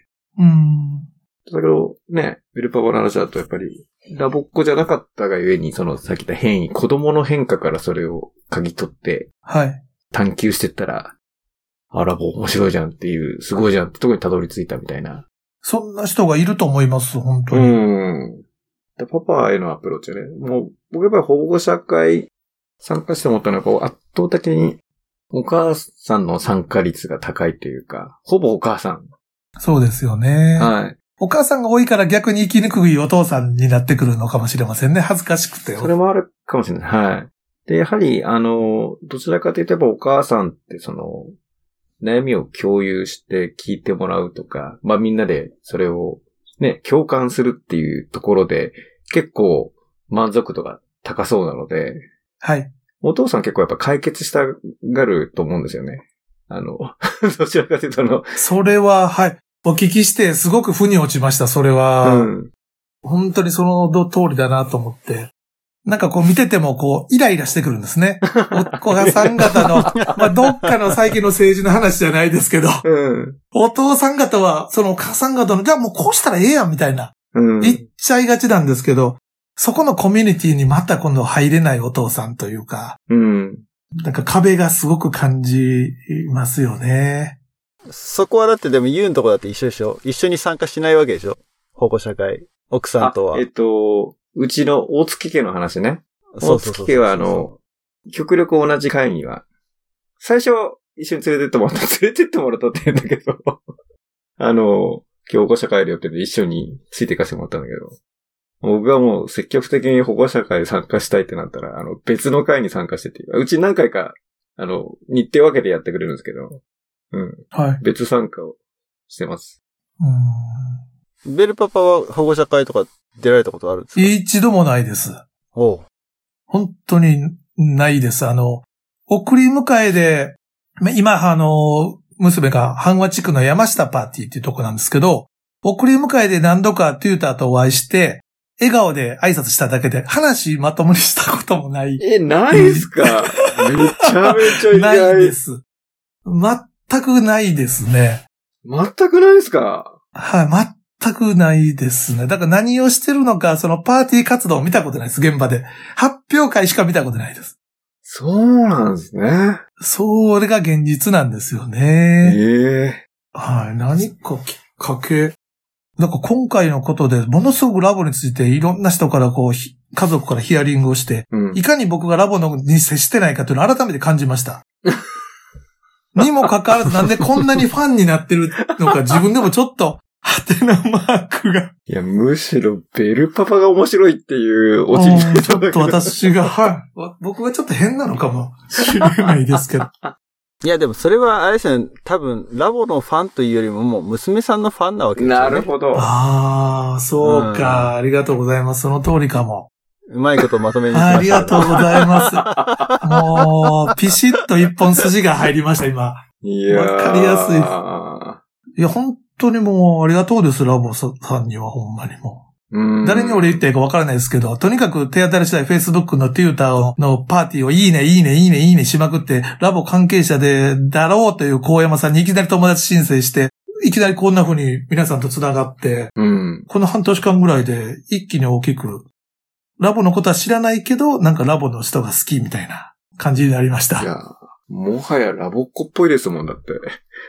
だけど、ね、ベルパパの話だとやっぱり、ラボっ子じゃなかったがゆえに、さっき言った変異、子供の変化からそれを嗅ぎ取って、 はい。 探求してったら、ラボ面白いじゃんっていう、すごいじゃんってところにたどり着いたみたいな。 そんな人がいると思います、本当に。 パパへのアプローチね。もう、僕やっぱり保護者会参加して思ったのは、圧倒的にお母さんの参加率が高いというか、ほぼお母さん。 そうですよね。 はい。 お母さんが多いから逆に生きにくいお父さんになってくるのかもしれませんね。恥ずかしくて。 それもあるかもしれない。はい。で、やはり、どちらかというと、やっぱお母さんって悩みを共有して聞いてもらうとか、みんなでそれをね、共感するっていうところで、結構満足度が高そうなので、 はい。 お父さん結構やっぱ解決したがると思うんですよね。どちらかというとそれは、はい。お聞きしてすごく腑に落ちました、それは。本当にその通りだなと思って。なんか見ててもイライラしてくるんですね。お母さん方の、どっかの最近の政治の話じゃないですけど、お父さん方は、お母さん方の、じゃあもうこうしたらええやんみたいな、言っちゃいがちなんですけど、そこのコミュニティにまた今度入れないお父さんというか、なんか壁がすごく感じますよね。 そこはだってでもユウのとこだって一緒でしょ？一緒に参加しないわけでしょ？保護者会。奥さんとは。 うちの大月家の話ね。大月家は極力同じ会には、最初一緒に連れてってもらったって言うんだけど、今日保護者会でやってて一緒についていかせてもらったんだけど、僕はもう積極的に保護者会参加したいってなったら、別の会に参加してて、うち何回か、日程分けてやってくれるんですけど、 はい。 別参加をしてます。 ベルパパは保護者会とか出られたことあるんですか？ 一度もないです。 本当にないです。送り迎えで、今、娘が阪和地区の山下パーティーっていうとこなんですけど、送り迎えで何度かテューターとお会いして、笑顔で挨拶しただけで、話まともにしたこともない。 ないですか？めちゃめちゃ意外。 ないです。全くないですね。 全くないですか？ はい、全くないですね。だから何をしてるのか、パーティー活動を見たことないです、現場で。発表会しか見たことないです。 そうなんですね。 それが現実なんですよね。はい、何かきっかけ。なんか今回のことで、ものすごくラボについていろんな人から家族からヒアリングをして、いかに僕がラボに接してないかというのを改めて感じました。にもかかわらずなんでこんなにファンになってるのか自分でもちょっと、ハテナマークが。 いや、むしろベルパパが面白いっていうオチになったちょっと私が、僕がちょっと変なのかもしれないですけど。 いや、でもそれはあれですよね、多分ラボのファンというよりももう娘さんのファンなわけですよね。 なるほど。 そうか、ありがとうございます。その通りかも。 うまいことまとめに来ました。 ありがとうございます。もう、ピシッと一本筋が入りました、今。 いやー。 わかりやすいです。いや、本当にもう、ありがとうです、ラボさんには、ほんまにもう。誰に俺言っていいかわからないですけど、とにかく手当たり次第 Facebook のテューターのパーティーをいいねしまくって、ラボ関係者だろうという高山さんにいきなり友達申請して、いきなりこんな風に皆さんと繋がって、この半年間ぐらいで一気に大きく、ラボのことは知らないけど、なんかラボの人が好きみたいな感じになりました。 いや、もはやラボっ子っぽいですもんだって。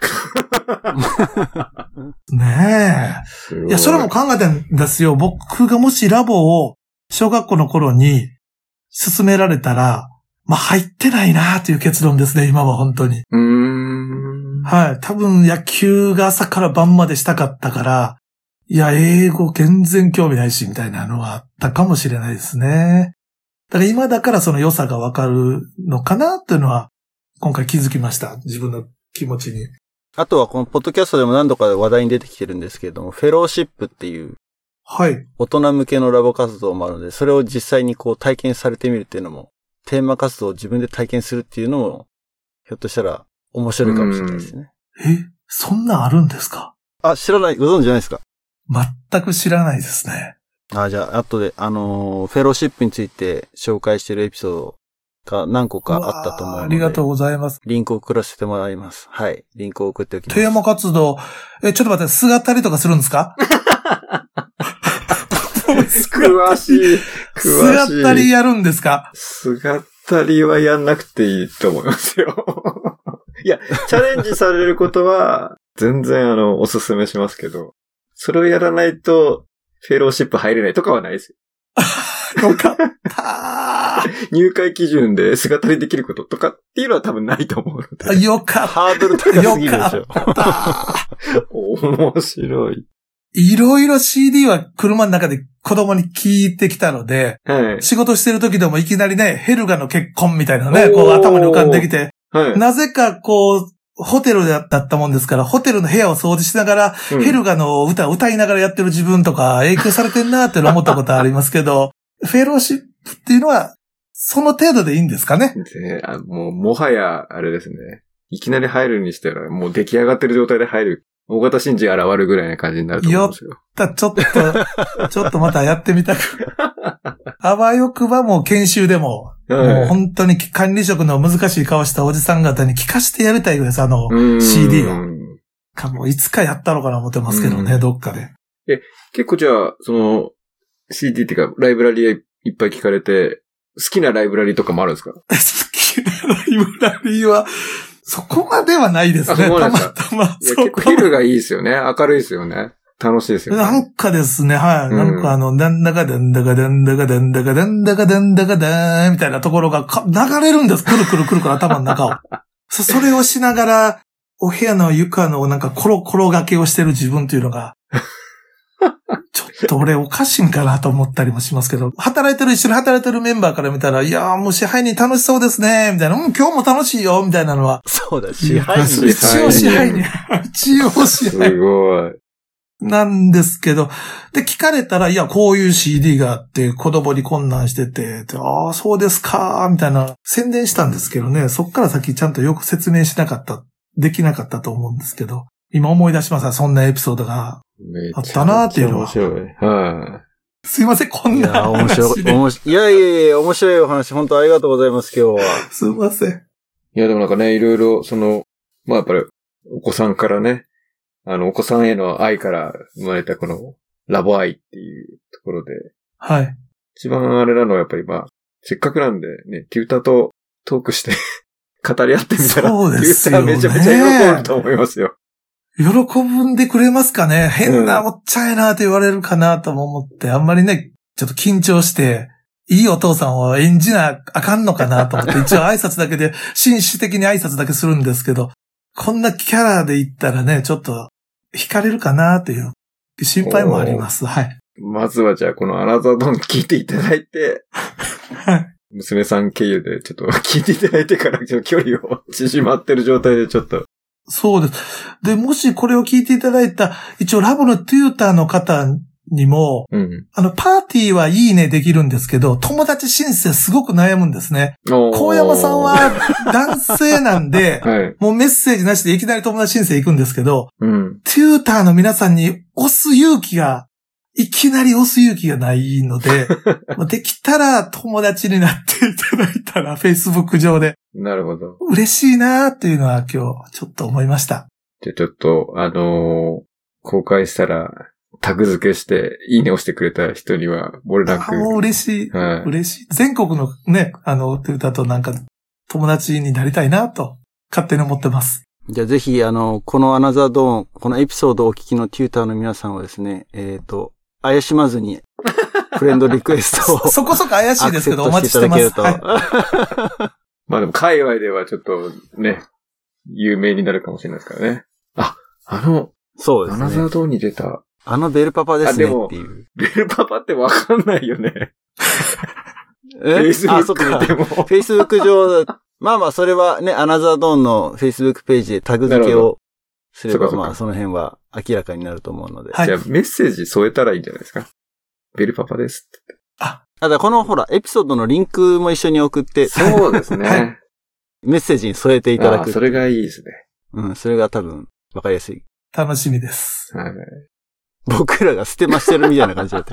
ねえ。いや、それも考えたんですよ。僕がもしラボを小学校の頃に勧められたら、入ってないなという結論ですね、今は本当に。はい。多分野球が朝から晩までしたかったから、いや、英語全然興味ないし、みたいなのはあったかもしれないですね。だから今だからその良さがわかるのかなというのは、今回気づきました。自分の気持ちに。 あとはこのポッドキャストでも何度か話題に出てきてるんですけれども、フェローシップっていう、はい。大人向けのラボ活動もあるので、それを実際に体験されてみるっていうのもテーマ活動を自分で体験するっていうのも、ひょっとしたら面白いかもしれないですね。 そんなんあるんですか？ あ、知らない、ご存知じゃないですか？ 全く知らないですね。 じゃあ、後で、フェローシップについて紹介しているエピソードが何個かあったと思うので。 ありがとうございます。 リンクを送らせてもらいます。はい。リンクを送っておきます。 テーマ活動、ちょっと待って、姿りとかするんですか？ 詳しい。 姿りやるんですか？ 姿りはやんなくていいと思いますよ。いや、チャレンジされることは、全然おすすめしますけど、それをやらないと、フェローシップ入れないとかはないですよ。よかった。 入会基準で姿りできることとかっていうのは多分ないと思うので。 よかった。 ハードル高すぎるでしょ。よかった。 面白い。 いろいろ CD は車の中で子供に聞いてきたので、はい、仕事してる時でもいきなりね、ヘルガの結婚みたいなね、こう頭に浮かんできて、はい、なぜかこう、ホテルだったもんですから、ホテルの部屋を掃除しながら、ヘルガの歌を歌いながらやってる自分とか影響されてんなって思ったことありますけど、フェローシップっていうのは、その程度でいいんですかね？ もはや、あれですね。いきなり入るにしたら、もう出来上がってる状態で入る。大型新人現るぐらいな感じになると思うんですよ。 ちょっとまたやってみたく。あわよくばもう研修でも、もう本当に管理職の難しい顔したおじさん方に聞かせてやりたいぐらいです、CD を。もういつかやったのかな思ってますけどね、どっかで。 結構じゃあ、CD っていうか、ライブラリーいっぱい聞かれて、好きなライブラリーとかもあるんですか？好きなライブラリーは、そこまではないですね。たまたま。 結構フィルがいいですよね。明るいですよね。楽しいですよね。 なんかですね、はい。なんかなんだかだんだかだんだかだんだかだんだかだんだかだーみたいなところが流れるんです。くるくるくるくる頭の中を。それをしながら、お部屋の床のなんか転がけをしてる自分というのが、ちょっと俺おかしいんかなと思ったりもしますけど、一緒に働いてるメンバーから見たら、いやーもう支配人楽しそうですね、みたいな、今日も楽しいよ、みたいなのは。 そうだ、支配人。 一応支配人。 すごい。 なんですけど、で、聞かれたら、いや、こういう CD があって、子供に困難してて、ああ、そうですか、みたいな、宣伝したんですけどね、そっから先ちゃんとよく説明しなかった、できなかったと思うんですけど、今思い出しました、そんなエピソードがあったなっていうのは。 面白い。はい。 すいません、こんな話で。 いや、面白いお話、本当ありがとうございます、今日は。 すいません。 いや、でもなんかね、いろいろ、まあやっぱり、お子さんからね、お子さんへの愛から生まれたこの、ラボ愛っていうところで。 はい。 一番あれなのはやっぱりせっかくなんでね、テューターとトークして、語り合ってみたら、 そうですよね。 テューターめちゃめちゃ喜ぶと思いますよ。 喜んでくれますかね？変なおっちゃんやなって言われるかなとも思って、あんまりね、ちょっと緊張して、いいお父さんを演じなあかんのかなと思って、一応挨拶だけで、紳士的に挨拶だけするんですけど、こんなキャラで言ったらね、ちょっと惹かれるかなという心配もあります。はい。 まずはじゃあこのアナザードーン聞いていただいて、はい。娘さん経由でちょっと聞いていただいてからちょっと距離を縮まってる状態でちょっと。 そうです。で、もしこれを聞いていただいた、一応ラボのテューターの方にも、パーティーはいいねできるんですけど、友達申請すごく悩むんですね。高山さんは男性なんで、はい、もうメッセージなしでいきなり友達申請行くんですけど、テューターの皆さんにいきなり押す勇気がないので、できたら友達になっていただいたら、Facebook 上で。 なるほど。 嬉しいなーっていうのは今日ちょっと思いました。 じゃあちょっと、公開したら、タグ付けして、いいね押してくれた人には、俺なんか。 もう嬉しい。はい、嬉しい。全国のね、歌となんか、友達になりたいなと、勝手に思ってます。 じゃあぜひ、このアナザードーン、このエピソードをお聞きのテューターの皆さんはですね、怪しまずに、フレンドリクエストをそこそこ怪しいですけど、お待ちしてます。はい、 まあでも、界隈ではちょっとね、有名になるかもしれないですからね。 そうですね。 アナザードーンに出た。 ベルパパですねっていう。 ベルパパってわかんないよね。 Facebook 見ても。Facebook 上、まあそれはね、アナザードーンの Facebook ページでタグ付けをすれば、まあその辺は明らかになると思うので。 はい、じゃあメッセージ添えたらいいんじゃないですか。ベルパパですって。 だからこのほら、エピソードのリンクも一緒に送って、 そうですね。 メッセージに添えていただく。 それがいいですね。 うん、それが多分、わかりやすい。 楽しみです。 はい。 僕らがステマしてるみたいな感じだった。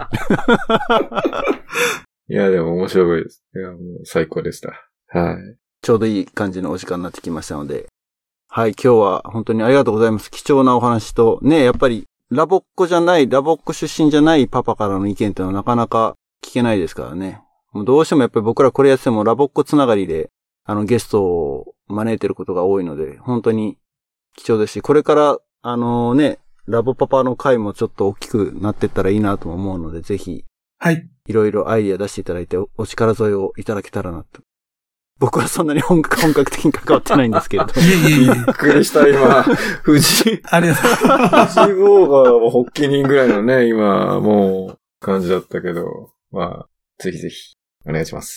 いや、でも面白いです。いや、もう最高でした。はい。 ちょうどいい感じのお時間になってきましたので。はい、今日は本当にありがとうございます。貴重なお話と、ね、やっぱり、ラボっ子出身じゃないパパからの意見っていうのはなかなか聞けないですからね。もうどうしてもやっぱり僕らこれやってもラボっ子つながりで、ゲストを招いてることが多いので、本当に貴重ですし、これから、ラボパパの回もちょっと大きくなってったらいいなと思うので、ぜひ、 はい。 いろいろアイディア出していただいて、お力添えをいただけたらなと。僕はそんなに本格的に関わってないんですけれど。 びっくりした、今。 ありがとうございます。 藤井坊がもう発起人ぐらいのね、今、もう、感じだったけど、まあ、ぜひぜひ、お願いします。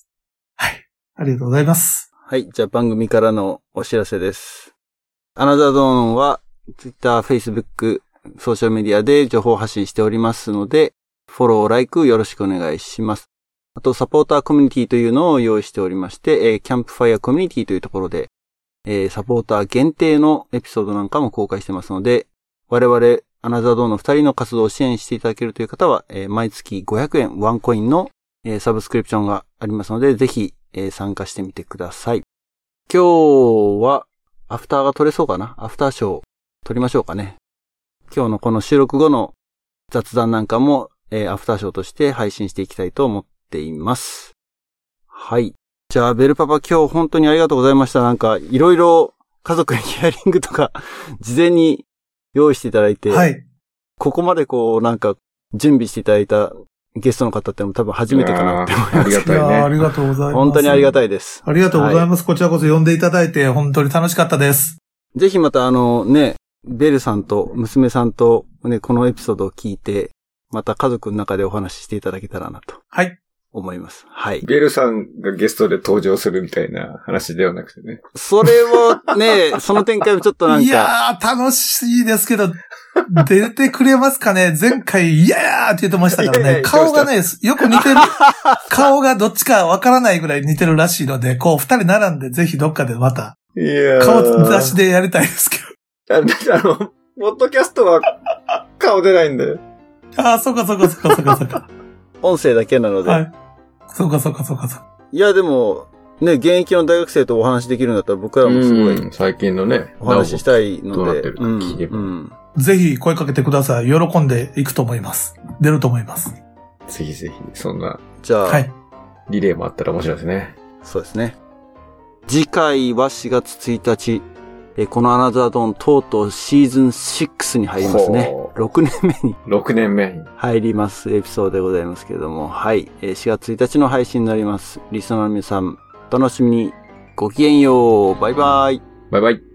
はい。ありがとうございます。 はい。じゃあ番組からのお知らせです。アナザードーンは、Twitter、Facebook、ソーシャルメディアで情報発信しておりますので、フォロー、ライクよろしくお願いします。あと、サポーターコミュニティというのを用意しておりまして、キャンプファイアコミュニティというところで、サポーター限定のエピソードなんかも公開してますので、我々、アナザードーンの2人の活動を支援していただけるという方は、毎月500円ワンコインの、サブスクリプションがありますので、ぜひ、参加してみてください。今日は、アフターが撮れそうかな？アフターショー撮りましょうかね。今日のこの収録後の雑談なんかも、アフターショーとして配信していきたいと思っています。はい。じゃあ、ベルパパ今日本当にありがとうございました。なんか、いろいろ家族にヒアリングとか、事前に用意していただいて、 はい。 ここまでなんか、準備していただいたゲストの方って多分初めてかなって思います。 ありがたいね。 ありがとうございます。 本当にありがたいです。 ありがとうございます。はい、こちらこそ呼んでいただいて、本当に楽しかったです。 ぜひまたベルさんと娘さんとね、このエピソードを聞いて、また家族の中でお話ししていただけたらなと。 はい。 思います。はい。 ベルさんがゲストで登場するみたいな話ではなくてね。 それをね、その展開もちょっとなんか。 いやー、楽しいですけど、出てくれますかね？前回、いやーって言ってましたからね。顔がね、よく似てる。顔がどっちかわからないぐらい似てるらしいので、こう二人並んでぜひどっかでまた、顔出しでやりたいですけど。ポッドキャストは顔出ないんで。 ああ、そうか。 音声だけなので。 はい。そうか。 いや、でも、ね、現役の大学生とお話できるんだったら僕らもすごい。 最近のね。 お話ししたいので。 どうなってるか聞けば。 ぜひ声かけてください。喜んでいくと思います。出ると思います。 ぜひぜひ、そんな。 じゃあ、 はい。 リレーもあったら面白いですね。 そうですね。次回は4月1日。このアナザードーンとうとうシーズン6に入りますね。6年目に入りますエピソードでございますけれども、はい。4月1日の配信になります。リスナーの皆さん、お楽しみに。ごきげんよう。バイバイ。 バイバイ。